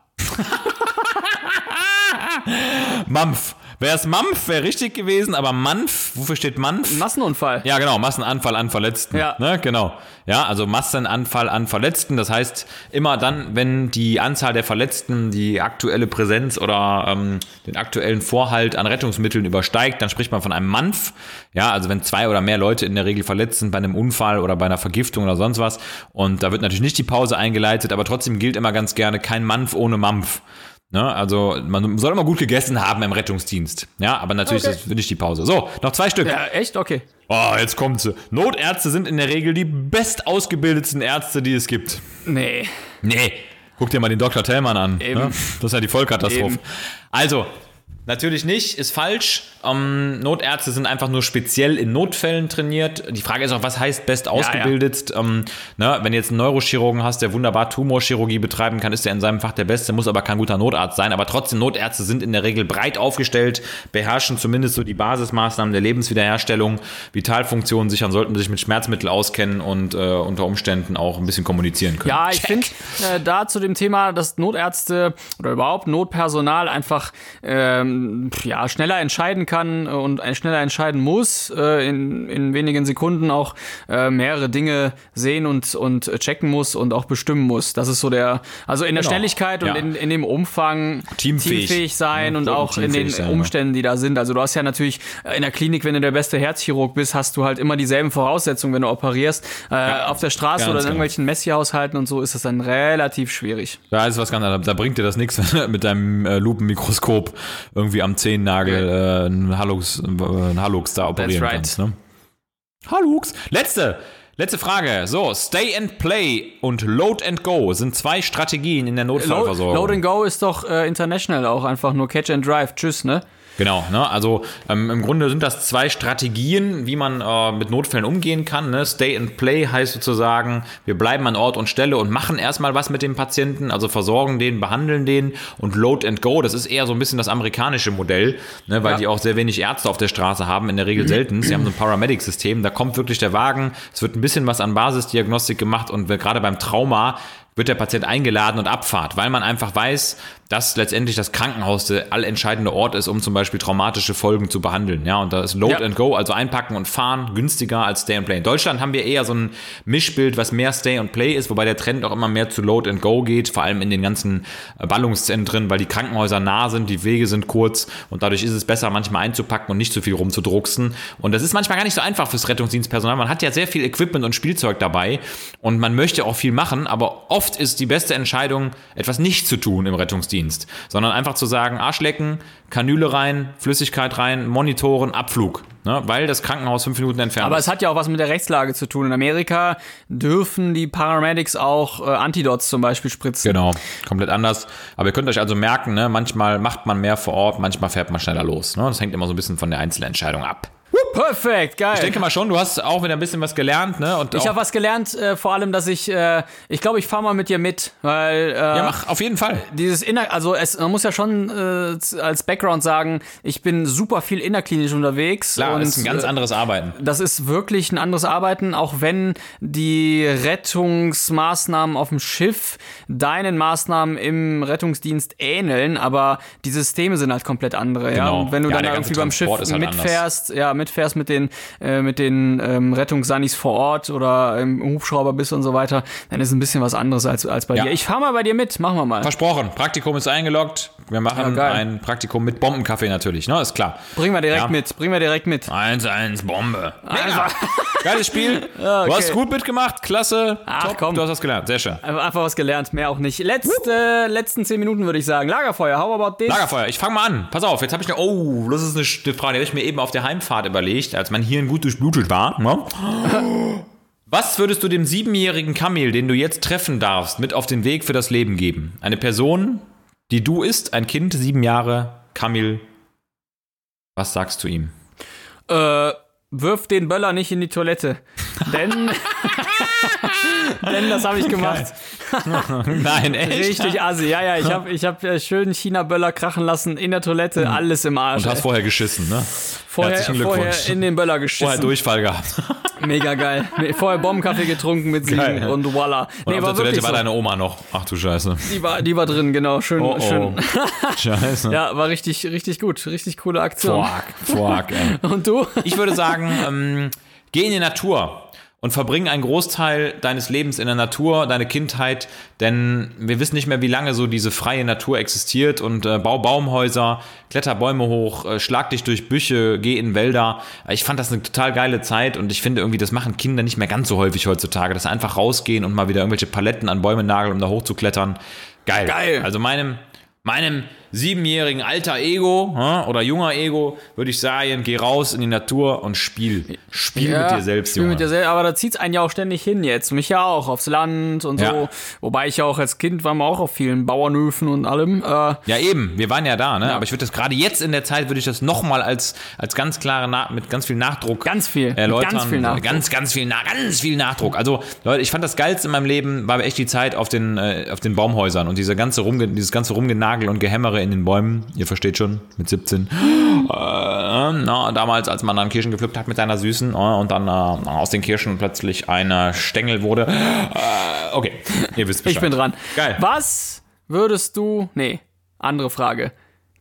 Mampf. Wäre es Mampf, wäre richtig gewesen, aber Manf, wofür steht Manf? Massenunfall. Ja, genau, Massenanfall an Verletzten. Ja. Ne, genau. Ja, also Massenanfall an Verletzten, das heißt, immer dann, wenn die Anzahl der Verletzten die aktuelle Präsenz oder den aktuellen Vorhalt an Rettungsmitteln übersteigt, dann spricht man von einem Manf. Ja, also wenn 2 oder mehr Leute in der Regel verletzt sind bei einem Unfall oder bei einer Vergiftung oder sonst was. Und da wird natürlich nicht die Pause eingeleitet, aber trotzdem gilt immer ganz gerne kein Manf ohne Mampf. Ne, also man soll immer gut gegessen haben im Rettungsdienst. Ja, aber natürlich ist nicht die Pause. So, noch 2 Stück. Ja, echt? Okay. Oh, jetzt kommt sie. Notärzte sind in der Regel die bestausgebildetsten Ärzte, die es gibt. Nee. Guck dir mal den Dr. Tellmann an. Eben. Ne? Das ist ja die Vollkatastrophe. Eben. Also, natürlich nicht, ist falsch. Notärzte sind einfach nur speziell in Notfällen trainiert. Die Frage ist auch, was heißt best ausgebildet? Ja. Wenn du jetzt einen Neurochirurgen hast, der wunderbar Tumorchirurgie betreiben kann, ist der in seinem Fach der Beste, muss aber kein guter Notarzt sein. Aber trotzdem, Notärzte sind in der Regel breit aufgestellt, beherrschen zumindest so die Basismaßnahmen der Lebenswiederherstellung, Vitalfunktionen sichern, sollten sich mit Schmerzmitteln auskennen und unter Umständen auch ein bisschen kommunizieren können. Ja, ich finde da zu dem Thema, dass Notärzte oder überhaupt Notpersonal einfach man schneller entscheiden kann und schneller entscheiden muss, in wenigen Sekunden auch mehrere Dinge sehen und checken muss und auch bestimmen muss. Das ist so also in der Schnelligkeit und in dem Umfang teamfähig sein und auch in den Umständen, die da sind. Also du hast ja natürlich in der Klinik, wenn du der beste Herzchirurg bist, hast du halt immer dieselben Voraussetzungen, wenn du operierst. Auf der Straße oder in irgendwelchen Messi-Haushalten und so ist es dann relativ schwierig. Da ist was ganz anderes. Da bringt dir das nichts, wenn du mit deinem Lupenmikroskop irgendwie am Zehennagel einen Hallux da operieren kannst. Ne? Hallux. Letzte Frage. So, Stay and Play und Load and Go sind 2 Strategien in der Notfallversorgung. Load and Go ist doch international auch einfach nur Catch and Drive. Tschüss, ne? Genau, ne? Also im Grunde sind das 2 Strategien, wie man mit Notfällen umgehen kann. Ne? Stay and Play heißt sozusagen, wir bleiben an Ort und Stelle und machen erstmal was mit dem Patienten, also versorgen den, behandeln den. Und Load and Go, das ist eher so ein bisschen das amerikanische Modell, ne? Weil die auch sehr wenig Ärzte auf der Straße haben, in der Regel selten. Sie haben so ein Paramedic-System, da kommt wirklich der Wagen, es wird ein bisschen was an Basisdiagnostik gemacht und gerade beim Trauma wird der Patient eingeladen und Abfahrt, weil man einfach weiß, dass letztendlich das Krankenhaus der allentscheidende Ort ist, um zum Beispiel traumatische Folgen zu behandeln. Ja, und da ist Load and Go, also einpacken und fahren, günstiger als Stay and Play. In Deutschland haben wir eher so ein Mischbild, was mehr Stay and Play ist, wobei der Trend auch immer mehr zu Load and Go geht, vor allem in den ganzen Ballungszentren, weil die Krankenhäuser nah sind, die Wege sind kurz und dadurch ist es besser, manchmal einzupacken und nicht zu viel rumzudrucksen. Und das ist manchmal gar nicht so einfach fürs Rettungsdienstpersonal. Man hat ja sehr viel Equipment und Spielzeug dabei und man möchte auch viel machen, aber oft ist die beste Entscheidung, etwas nicht zu tun im Rettungsdienst, sondern einfach zu sagen, Arsch lecken, Kanüle rein, Flüssigkeit rein, monitoren, Abflug, ne? Weil das Krankenhaus 5 Minuten entfernt ist. Aber es hat ja auch was mit der Rechtslage zu tun. In Amerika dürfen die Paramedics auch Antidots zum Beispiel spritzen. Genau, komplett anders. Aber ihr könnt euch also merken, ne? Manchmal macht man mehr vor Ort, manchmal fährt man schneller los. Ne? Das hängt immer so ein bisschen von der Einzelentscheidung ab. Perfekt, geil. Ich denke mal schon, du hast auch wieder ein bisschen was gelernt, ne? Und ich habe was gelernt, vor allem, dass ich glaube, ich fahre mal mit dir mit, weil ja, mach auf jeden Fall. Man muss ja schon als Background sagen, ich bin super viel innerklinisch unterwegs. Klar, ist ein ganz anderes Arbeiten. Das ist wirklich ein anderes Arbeiten, auch wenn die Rettungsmaßnahmen auf dem Schiff deinen Maßnahmen im Rettungsdienst ähneln, aber die Systeme sind halt komplett andere. Genau. Ja? Und wenn du dann irgendwie beim Schiff halt mitfährst mit den Rettungssannis vor Ort oder im Hubschrauber bist und so weiter, dann ist es ein bisschen was anderes als bei dir. Ich fahr mal bei dir mit, machen wir mal. Versprochen, Praktikum ist eingeloggt. Wir machen ein Praktikum mit Bombenkaffee natürlich, ne? Ist klar. Bringen wir direkt mit. 1-1, Bombe. Geiles Spiel. Okay. Du hast gut mitgemacht, klasse. Top. Komm. Du hast was gelernt, sehr schön. Einfach was gelernt, mehr auch nicht. Letzten 10 Minuten würde ich sagen. Lagerfeuer, how about this? Lagerfeuer, ich fange mal an. Pass auf, jetzt habe ich das ist eine Frage, die habe ich mir eben auf der Heimfahrt überlegt, als mein Hirn gut durchblutet war. Ne? Was würdest du dem 7-jährigen Kamil, den du jetzt treffen darfst, mit auf den Weg für das Leben geben? Eine Person, die du ist, ein Kind, 7 Jahre, Kamil. Was sagst du ihm? Wirf den Böller nicht in die Toilette. Denn das habe ich gemacht. Nein, echt? Richtig assi. Ja, ich hab schön China-Böller krachen lassen in der Toilette, alles im Arsch. Und hast vorher geschissen, ne? Vorher in den Böller geschissen. Vorher Durchfall gehabt. Mega geil. Vorher Bombenkaffee getrunken mit Siegen und voila. Und auf der Toilette war deine Oma noch. Ach du Scheiße. Die war drin, genau. Schön. Scheiße. Ja, war richtig, richtig gut. Richtig coole Aktion. Fuck, ey. Und du? Ich würde sagen, geh in die Natur. Und verbring einen Großteil deines Lebens in der Natur, deine Kindheit, denn wir wissen nicht mehr, wie lange so diese freie Natur existiert und bau Baumhäuser, kletter Bäume hoch, schlag dich durch Büsche, geh in Wälder. Ich fand das eine total geile Zeit und ich finde irgendwie, das machen Kinder nicht mehr ganz so häufig heutzutage, dass sie einfach rausgehen und mal wieder irgendwelche Paletten an Bäume nageln, um da hochzuklettern. Geil. Also meinem 7-jährigen alter Ego oder junger Ego würde ich sagen, geh raus in die Natur und spiel mit dir selbst, Junge. Mit dir selbst, aber da zieht's einen ja auch ständig hin jetzt. Mich ja auch, aufs Land und so. Wobei ich ja auch als Kind war wir auch auf vielen Bauernhöfen und allem. Ja eben, wir waren ja da, ne? Ja. Aber ich würde das gerade jetzt in der Zeit, würde ich das nochmal als ganz klare, mit ganz viel Nachdruck erläutern. Ganz viel Nachdruck. Ganz viel Nachdruck. Also Leute, ich fand das Geilste in meinem Leben, war echt die Zeit auf den Baumhäusern und dieses ganze Rumgenagel und Gehämmere in den Bäumen. Ihr versteht schon, mit 17. Damals, als man dann Kirschen gepflückt hat mit seiner Süßen und dann aus den Kirschen plötzlich ein Stängel wurde. Okay, ihr wisst Bescheid. Ich bin dran. Geil. Was würdest du... Nee, andere Frage.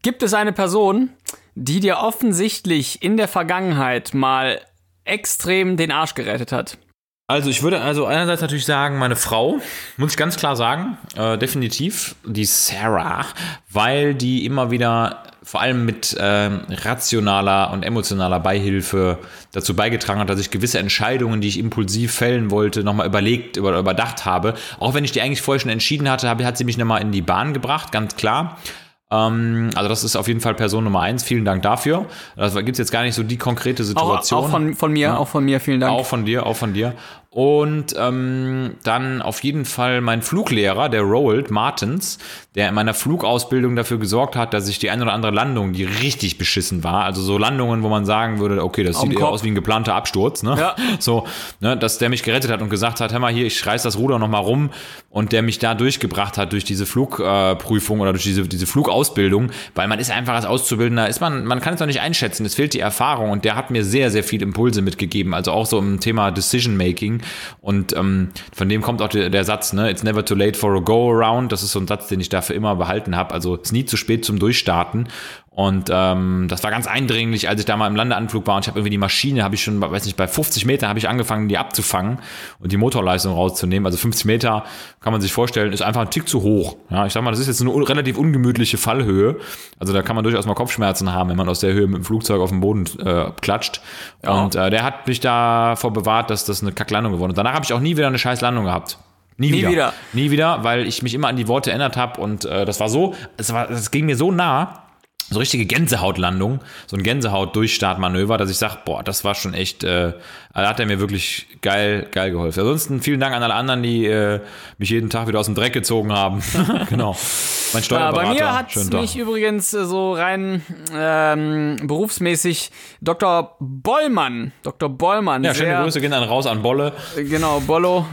Gibt es eine Person, die dir offensichtlich in der Vergangenheit mal extrem den Arsch gerettet hat? Also ich würde einerseits natürlich sagen, meine Frau, muss ich ganz klar sagen, definitiv die Sarah, weil die immer wieder vor allem mit rationaler und emotionaler Beihilfe dazu beigetragen hat, dass ich gewisse Entscheidungen, die ich impulsiv fällen wollte, nochmal überdacht habe. Auch wenn ich die eigentlich vorher schon entschieden hatte, hat sie mich nochmal in die Bahn gebracht, ganz klar. Also das ist auf jeden Fall Person Nummer 1. Vielen Dank dafür. Das gibt es jetzt gar nicht so die konkrete Situation. Auch von mir, ja. Auch von mir, vielen Dank. Auch von dir. Und dann auf jeden Fall mein Fluglehrer, der Roald Martens, der in meiner Flugausbildung dafür gesorgt hat, dass ich die eine oder andere Landung, die richtig beschissen war, also so Landungen, wo man sagen würde, okay, das sieht eher aus wie ein geplanter Absturz, ne? Ja. So, ne, dass der mich gerettet hat und gesagt hat, hör mal hier, ich reiß das Ruder nochmal rum, und der mich da durchgebracht hat durch diese Flugprüfung oder durch diese Flugausbildung, weil man ist einfach als Auszubildender, man kann es noch nicht einschätzen, es fehlt die Erfahrung, und der hat mir sehr, sehr viel Impulse mitgegeben, also auch so im Thema Decision Making. Und von dem kommt auch der Satz, ne? It's never too late for a go-around. Das ist so ein Satz, den ich dafür immer behalten habe. Also es ist nie zu spät zum Durchstarten. Und das war ganz eindringlich, als ich da mal im Landeanflug war, und ich habe irgendwie die Maschine, habe ich schon, weiß nicht, bei 50 Metern habe ich angefangen, die abzufangen und die Motorleistung rauszunehmen. Also 50 Meter, kann man sich vorstellen, ist einfach ein Tick zu hoch. Ja, ich sag mal, das ist jetzt eine relativ ungemütliche Fallhöhe. Also da kann man durchaus mal Kopfschmerzen haben, wenn man aus der Höhe mit dem Flugzeug auf den Boden klatscht. Ja. Und der hat mich davor bewahrt, dass das eine Kacklandung geworden ist. Danach habe ich auch nie wieder eine scheiß Landung gehabt. Nie wieder, weil ich mich immer an die Worte erinnert habe, und das ging mir so nah. So richtige Gänsehautlandung, so ein Gänsehaut-Durchstartmanöver, dass ich sage, boah, das war schon echt, da hat er mir wirklich geil geholfen. Ansonsten vielen Dank an alle anderen, die mich jeden Tag wieder aus dem Dreck gezogen haben. Genau. Mein Steuerberater. Bei mir hat mich übrigens so rein berufsmäßig Dr. Bollmann. Ja, schöne Grüße gehen dann raus an Bolle. Genau, Bollo.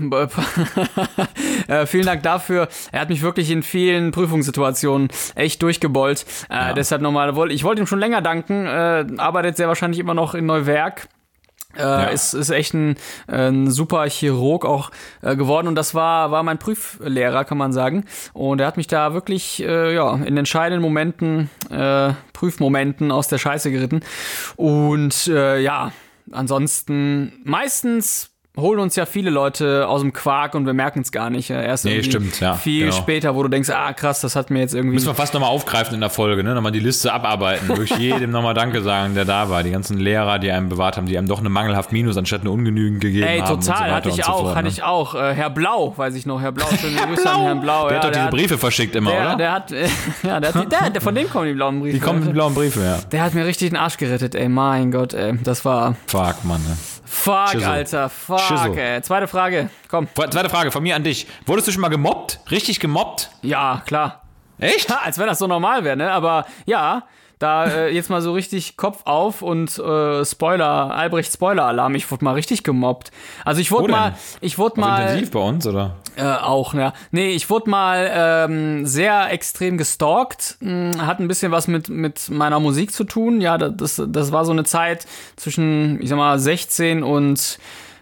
Vielen Dank dafür. Er hat mich wirklich in vielen Prüfungssituationen echt durchgebollt. Deshalb nochmal, ich wollte ihm schon länger danken, arbeitet sehr wahrscheinlich immer noch in Neuwerk. Ist echt ein super Chirurg auch geworden, und das war mein Prüflehrer, kann man sagen, und er hat mich da wirklich in entscheidenden Momenten, Prüfmomenten aus der Scheiße geritten, und ansonsten meistens holen uns ja viele Leute aus dem Quark und wir merken es gar nicht. Erst viel später, wo du denkst, krass, das hat mir jetzt irgendwie... Müssen wir fast nochmal aufgreifen in der Folge, ne? Nochmal die Liste abarbeiten. Wirklich jedem nochmal Danke sagen, der da war. Die ganzen Lehrer, die einem bewahrt haben, die einem doch eine mangelhaft Minus anstatt eine ungenügend gegeben haben. Total, hatte ich auch. Herr Blau, weiß ich noch. Herr Blau, schöne Grüße an Herrn Blau. Der hat doch diese Briefe verschickt immer, oder? Von dem kommen die blauen Briefe. Die kommen die blauen Briefe, ja. Der hat mir richtig den Arsch gerettet, ey. Mein Gott, ey. Das war... Fuck, Mann, ne? Fuck, Schissel. Alter, fuck, Schissel. Ey. Zweite Frage, komm. Zweite Frage von mir an dich. Wurdest du schon mal gemobbt? Richtig gemobbt? Ja, klar. Echt? Als wenn das so normal wäre, ne? Aber ja, da jetzt mal so richtig Kopf auf und Albrecht Spoiler-Alarm, ich wurde mal richtig gemobbt. Also ich wurde mal... intensiv bei uns, oder? Auch, ja. Nee, ich wurde mal sehr extrem gestalkt. Hat ein bisschen was mit meiner Musik zu tun. Ja, das war so eine Zeit zwischen, ich sag mal, 16 und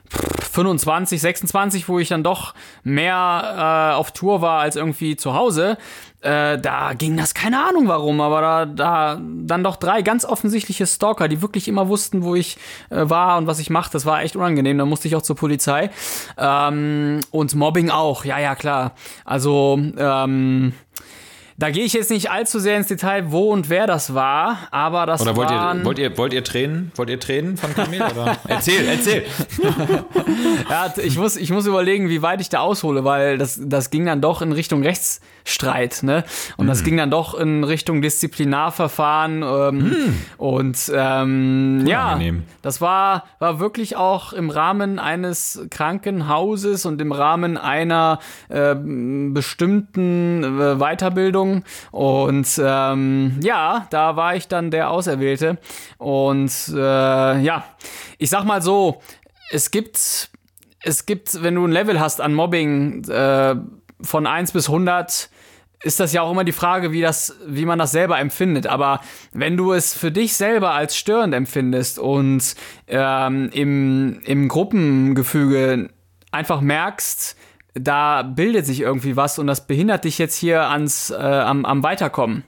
25, 26, wo ich dann doch mehr auf Tour war als irgendwie zu Hause. Da ging das, keine Ahnung warum, aber da dann doch 3 ganz offensichtliche Stalker, die wirklich immer wussten, wo ich war und was ich mache. Das war echt unangenehm, da musste ich auch zur Polizei. Und Mobbing auch, ja, klar. Also, da gehe ich jetzt nicht allzu sehr ins Detail, wo und wer das war, aber das war... Oder wollt ihr Tränen? Wollt ihr Tränen von Kamil? Oder? Erzähl. Ja, ich muss überlegen, wie weit ich da aushole, weil das ging dann doch in Richtung Rechtsstreit, ne? Und das ging dann doch in Richtung Disziplinarverfahren. Und das war wirklich auch im Rahmen eines Krankenhauses und im Rahmen einer bestimmten Weiterbildung. Und da war ich dann der Auserwählte. Und ich sag mal so, es gibt, wenn du ein Level hast an Mobbing von 1 bis 100, ist das ja auch immer die Frage, wie man das selber empfindet. Aber wenn du es für dich selber als störend empfindest und im Gruppengefüge einfach merkst, da bildet sich irgendwie was und das behindert dich jetzt hier am Weiterkommen,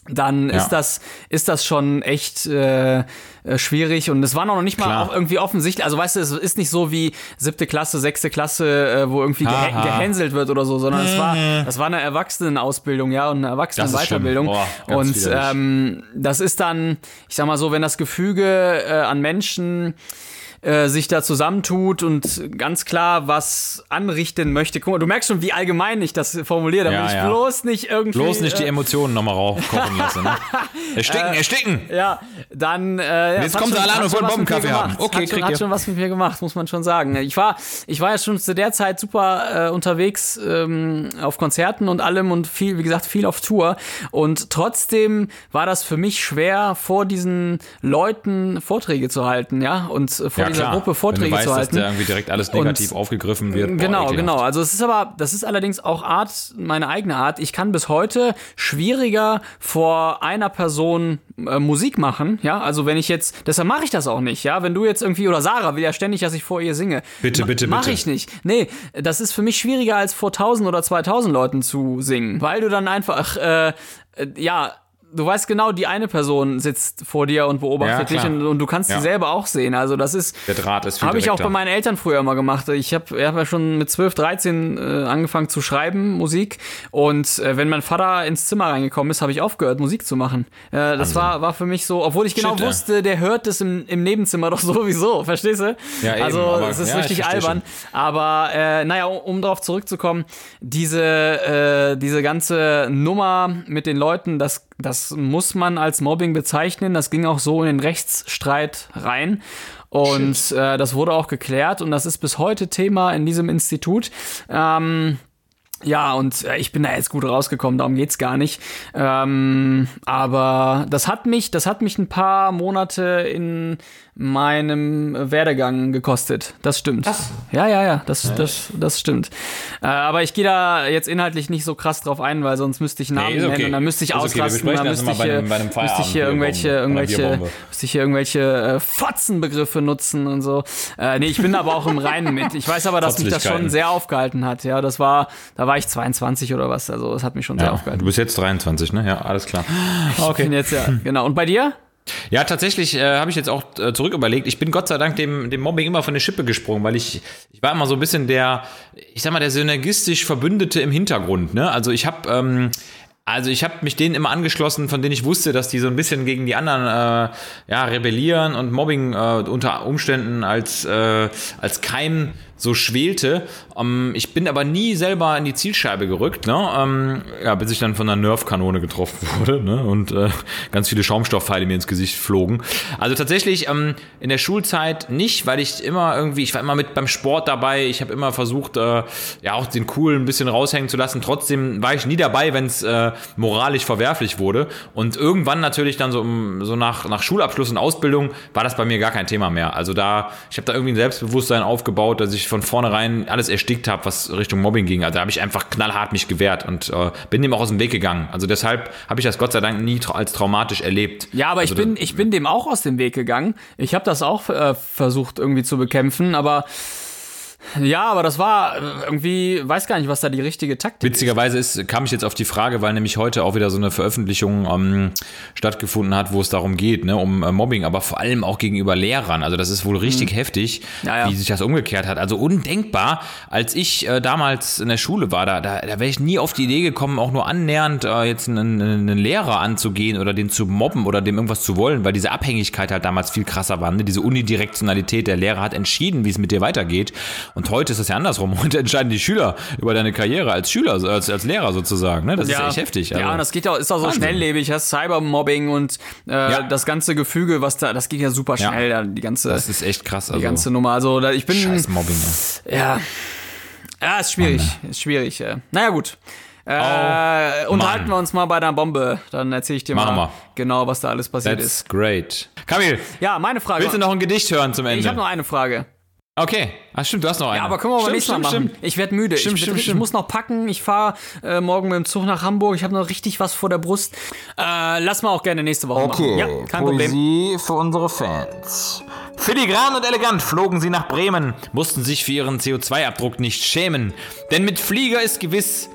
dann ist das schon echt schwierig und es war noch nicht mal auch irgendwie offensichtlich, also weißt du, es ist nicht so wie 7. Klasse, 6. Klasse, wo irgendwie gehänselt wird oder so, sondern das war eine Erwachsenenausbildung, ja, und eine Erwachsenenweiterbildung und das ist dann, ich sag mal so, wenn das Gefüge an Menschen sich da zusammentut und ganz klar was anrichten möchte. Guck mal, du merkst schon, wie allgemein ich das formuliere, damit ich bloß nicht irgendwie... Bloß nicht die Emotionen nochmal raufkochen lassen, ne? Ersticken! Ja, dann... Jetzt kommt der Alarm und wollen Bombenkaffee haben. Okay, hat schon was mit mir gemacht, muss man schon sagen. Ich war ja schon zu der Zeit super unterwegs auf Konzerten und allem und viel, wie gesagt, viel auf Tour. Und trotzdem war das für mich schwer, vor diesen Leuten Vorträge zu halten, ja, und vor dieser Gruppe Vorträge wenn du weißt, zu halten. Dass da irgendwie direkt alles negativ aufgegriffen wird. Genau. Also das ist allerdings auch meine eigene Art. Ich kann bis heute schwieriger vor einer Person Musik machen, ja, also wenn ich jetzt, deshalb mache ich das auch nicht, ja, wenn du jetzt irgendwie, oder Sarah will ja ständig, dass ich vor ihr singe. Bitte. Mach ich nicht. Nee, das ist für mich schwieriger, als vor 1000 oder 2000 Leuten zu singen, weil du dann einfach, du weißt genau, die eine Person sitzt vor dir und beobachtet dich und du kannst sie selber auch sehen. Also das ist... Der Draht ist viel Habe ich auch direkter. bei meinen Eltern früher immer gemacht. Ich hab ja schon mit 12, 13 angefangen zu schreiben, Musik. Und wenn mein Vater ins Zimmer reingekommen ist, habe ich aufgehört, Musik zu machen. Das war für mich so, obwohl ich genau wusste, der hört das im Nebenzimmer doch sowieso. Verstehst du? Ja, eben, also aber, es ist richtig albern. Schon. Aber um darauf zurückzukommen, diese ganze Nummer mit den Leuten, das muss man als Mobbing bezeichnen. Das ging auch so in den Rechtsstreit rein. Und das wurde auch geklärt. Und das ist bis heute Thema in diesem Institut. Ja, und ich bin da jetzt gut rausgekommen, darum geht's gar nicht. Aber das hat mich ein paar Monate in meinem Werdegang gekostet. Das stimmt. Was? Ja, das stimmt. Aber ich gehe da jetzt inhaltlich nicht so krass drauf ein, weil sonst müsste ich Namen nennen und dann müsste ich ausrasten. Dann müsste ich hier irgendwelche Fotzenbegriffe nutzen und so. Nee, ich bin aber auch im Reinen mit. Ich weiß aber, dass mich das schon sehr aufgehalten hat. Ja, da war ich 22 oder was. Also das hat mich schon sehr aufgehalten. Du bist jetzt 23, ne? Ja, alles klar. Okay. Ich bin jetzt genau. Und bei dir? Ja, tatsächlich habe ich jetzt auch zurück überlegt. Ich bin Gott sei Dank dem Mobbing immer von der Schippe gesprungen, weil ich war immer so ein bisschen der synergistisch Verbündete im Hintergrund. Ne? Also ich habe mich denen immer angeschlossen, von denen ich wusste, dass die so ein bisschen gegen die anderen rebellieren und Mobbing unter Umständen als Keim so schwelte. Ich bin aber nie selber in die Zielscheibe gerückt, ne? Bis ich dann von einer Nerf-Kanone getroffen wurde, ne? Und ganz viele Schaumstoffpfeile mir ins Gesicht flogen. Also tatsächlich in der Schulzeit nicht, weil ich war immer mit beim Sport dabei. Ich habe immer versucht, auch den Coolen ein bisschen raushängen zu lassen. Trotzdem war ich nie dabei, wenn es moralisch verwerflich wurde. Und irgendwann natürlich dann so nach Schulabschluss und Ausbildung war das bei mir gar kein Thema mehr. Also ich habe da irgendwie ein Selbstbewusstsein aufgebaut, dass ich von vornherein alles erstickt habe, was Richtung Mobbing ging. Also da habe ich einfach knallhart mich gewehrt und bin dem auch aus dem Weg gegangen. Also deshalb habe ich das Gott sei Dank nie als traumatisch erlebt. Ja, aber ich bin dem auch aus dem Weg gegangen. Ich habe das auch versucht irgendwie zu bekämpfen, aber das war irgendwie, weiß gar nicht, was da die richtige Taktik ist. Witzigerweise kam ich jetzt auf die Frage, weil nämlich heute auch wieder so eine Veröffentlichung stattgefunden hat, wo es darum geht, ne, um Mobbing, aber vor allem auch gegenüber Lehrern. Also das ist wohl richtig heftig, wie sich das umgekehrt hat. Also undenkbar, als ich damals in der Schule war, da wäre ich nie auf die Idee gekommen, auch nur annähernd jetzt einen Lehrer anzugehen oder den zu mobben oder dem irgendwas zu wollen, weil diese Abhängigkeit halt damals viel krasser war. Ne? Diese Unidirektionalität, der Lehrer hat entschieden, wie es mit dir weitergeht. Und heute ist es ja andersrum. Heute entscheiden die Schüler über deine Karriere als Schüler, als Lehrer sozusagen. Ne? Das ist echt heftig. Also, ja, und das geht ist auch so schnelllebig. Das Cybermobbing und das ganze Gefüge, das geht ja super schnell. Ja. Das ist echt krass. Die ganze Nummer. Also ich bin... Scheiß Mobbing. Ja, ist schwierig. Ist schwierig. Naja, gut. Unterhalten wir uns mal bei der Bombe. Dann erzähle ich dir mal genau, was da alles passiert ist. That's great. Kamil. Ja, meine Frage. Willst du noch ein Gedicht hören zum Ende? Ich habe noch eine Frage. Okay, stimmt, du hast noch eine. Ja, aber können wir nächstes Mal machen. Ich werde müde. Ich muss noch packen. Ich fahre morgen mit dem Zug nach Hamburg. Ich habe noch richtig was vor der Brust. Lass mal auch gerne nächste Woche machen. Ja, kein Problem. Poesie für unsere Fans. Filigran und elegant flogen sie nach Bremen, mussten sich für ihren CO2-Abdruck nicht schämen. Denn mit Flieger ist gewiss,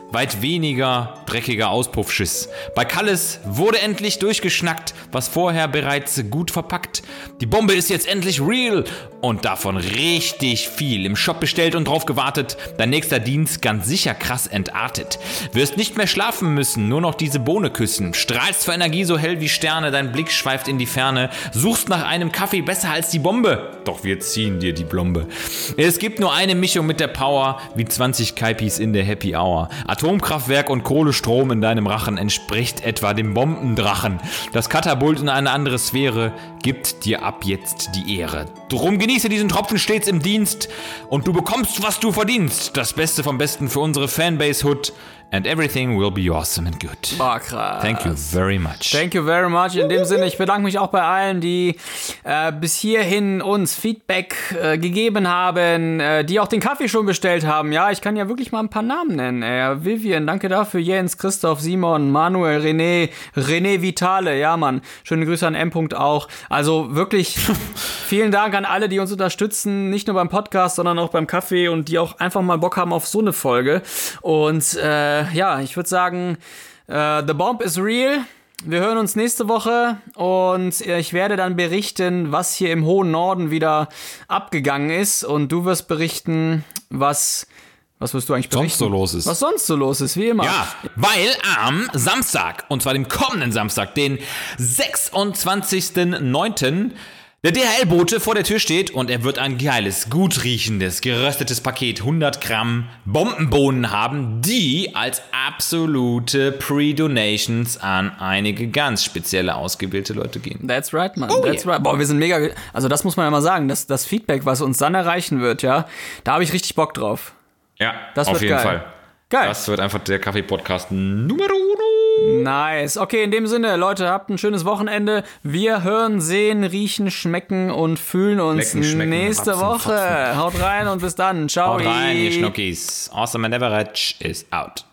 weit weniger dreckiger Auspuffschiss. Bei Kalles wurde endlich durchgeschnackt, was vorher bereits gut verpackt. Die Bombe ist jetzt endlich real und davon richtig viel. Im Shop bestellt und drauf gewartet. Dein nächster Dienst ganz sicher krass entartet. Wirst nicht mehr schlafen müssen, nur noch diese Bohne küssen. Strahlst vor Energie so hell wie Sterne, dein Blick schweift in die Ferne. Suchst nach einem Kaffee besser als die Bombe. Doch wir ziehen dir die Blombe. Es gibt nur eine Mischung mit der Power, wie 20 Kaipis in der Happy Hour. Atomkraftwerk und Kohlestrom in deinem Rachen entspricht etwa dem Bombendrachen. Das Katapult in eine andere Sphäre gibt dir ab jetzt die Ehre. Drum genieße diesen Tropfen stets im Dienst und du bekommst, was du verdienst. Das Beste vom Besten für unsere Fanbase-Hood. And everything will be awesome and good. Boah, krass. Thank you very much. Thank you very much. In dem Sinne, ich bedanke mich auch bei allen, die bis hierhin uns Feedback gegeben haben, die auch den Kaffee schon bestellt haben. Ja, ich kann ja wirklich mal ein paar Namen nennen. Vivian, danke dafür. Jens, Christoph, Simon, Manuel, René Vitale. Ja, Mann. Schöne Grüße an M. auch. Also wirklich vielen Dank an alle, die uns unterstützen. Nicht nur beim Podcast, sondern auch beim Kaffee und die auch einfach mal Bock haben auf so eine Folge. Und ja, ich würde sagen, the bomb is real. Wir hören uns nächste Woche und ich werde dann berichten, was hier im hohen Norden wieder abgegangen ist. Und du wirst berichten, was wirst du eigentlich berichten? Sonst so los ist. Was sonst so los ist, wie immer. Ja, weil am Samstag, und zwar dem kommenden Samstag, den 26.09., der DHL-Bote vor der Tür steht und er wird ein geiles, gut riechendes, geröstetes Paket 100 Gramm Bombenbohnen haben, die als absolute Pre-Donations an einige ganz spezielle, ausgewählte Leute gehen. That's right, man. That's right. Boah, wir sind mega, also das muss man ja mal sagen, das Feedback, was uns dann erreichen wird, ja, da habe ich richtig Bock drauf. Ja, das auf wird jeden geil. Fall. Geil. Das wird einfach der Kaffee-Podcast Numero uno. Nice. Okay, in dem Sinne, Leute, habt ein schönes Wochenende. Wir hören, sehen, riechen, schmecken und fühlen uns Lecken, schmecken, nächste rapsen, Woche. fopfen. Haut rein und bis dann. Ciao. Haut rein, ihr Schnuckis. Awesome and Average is out.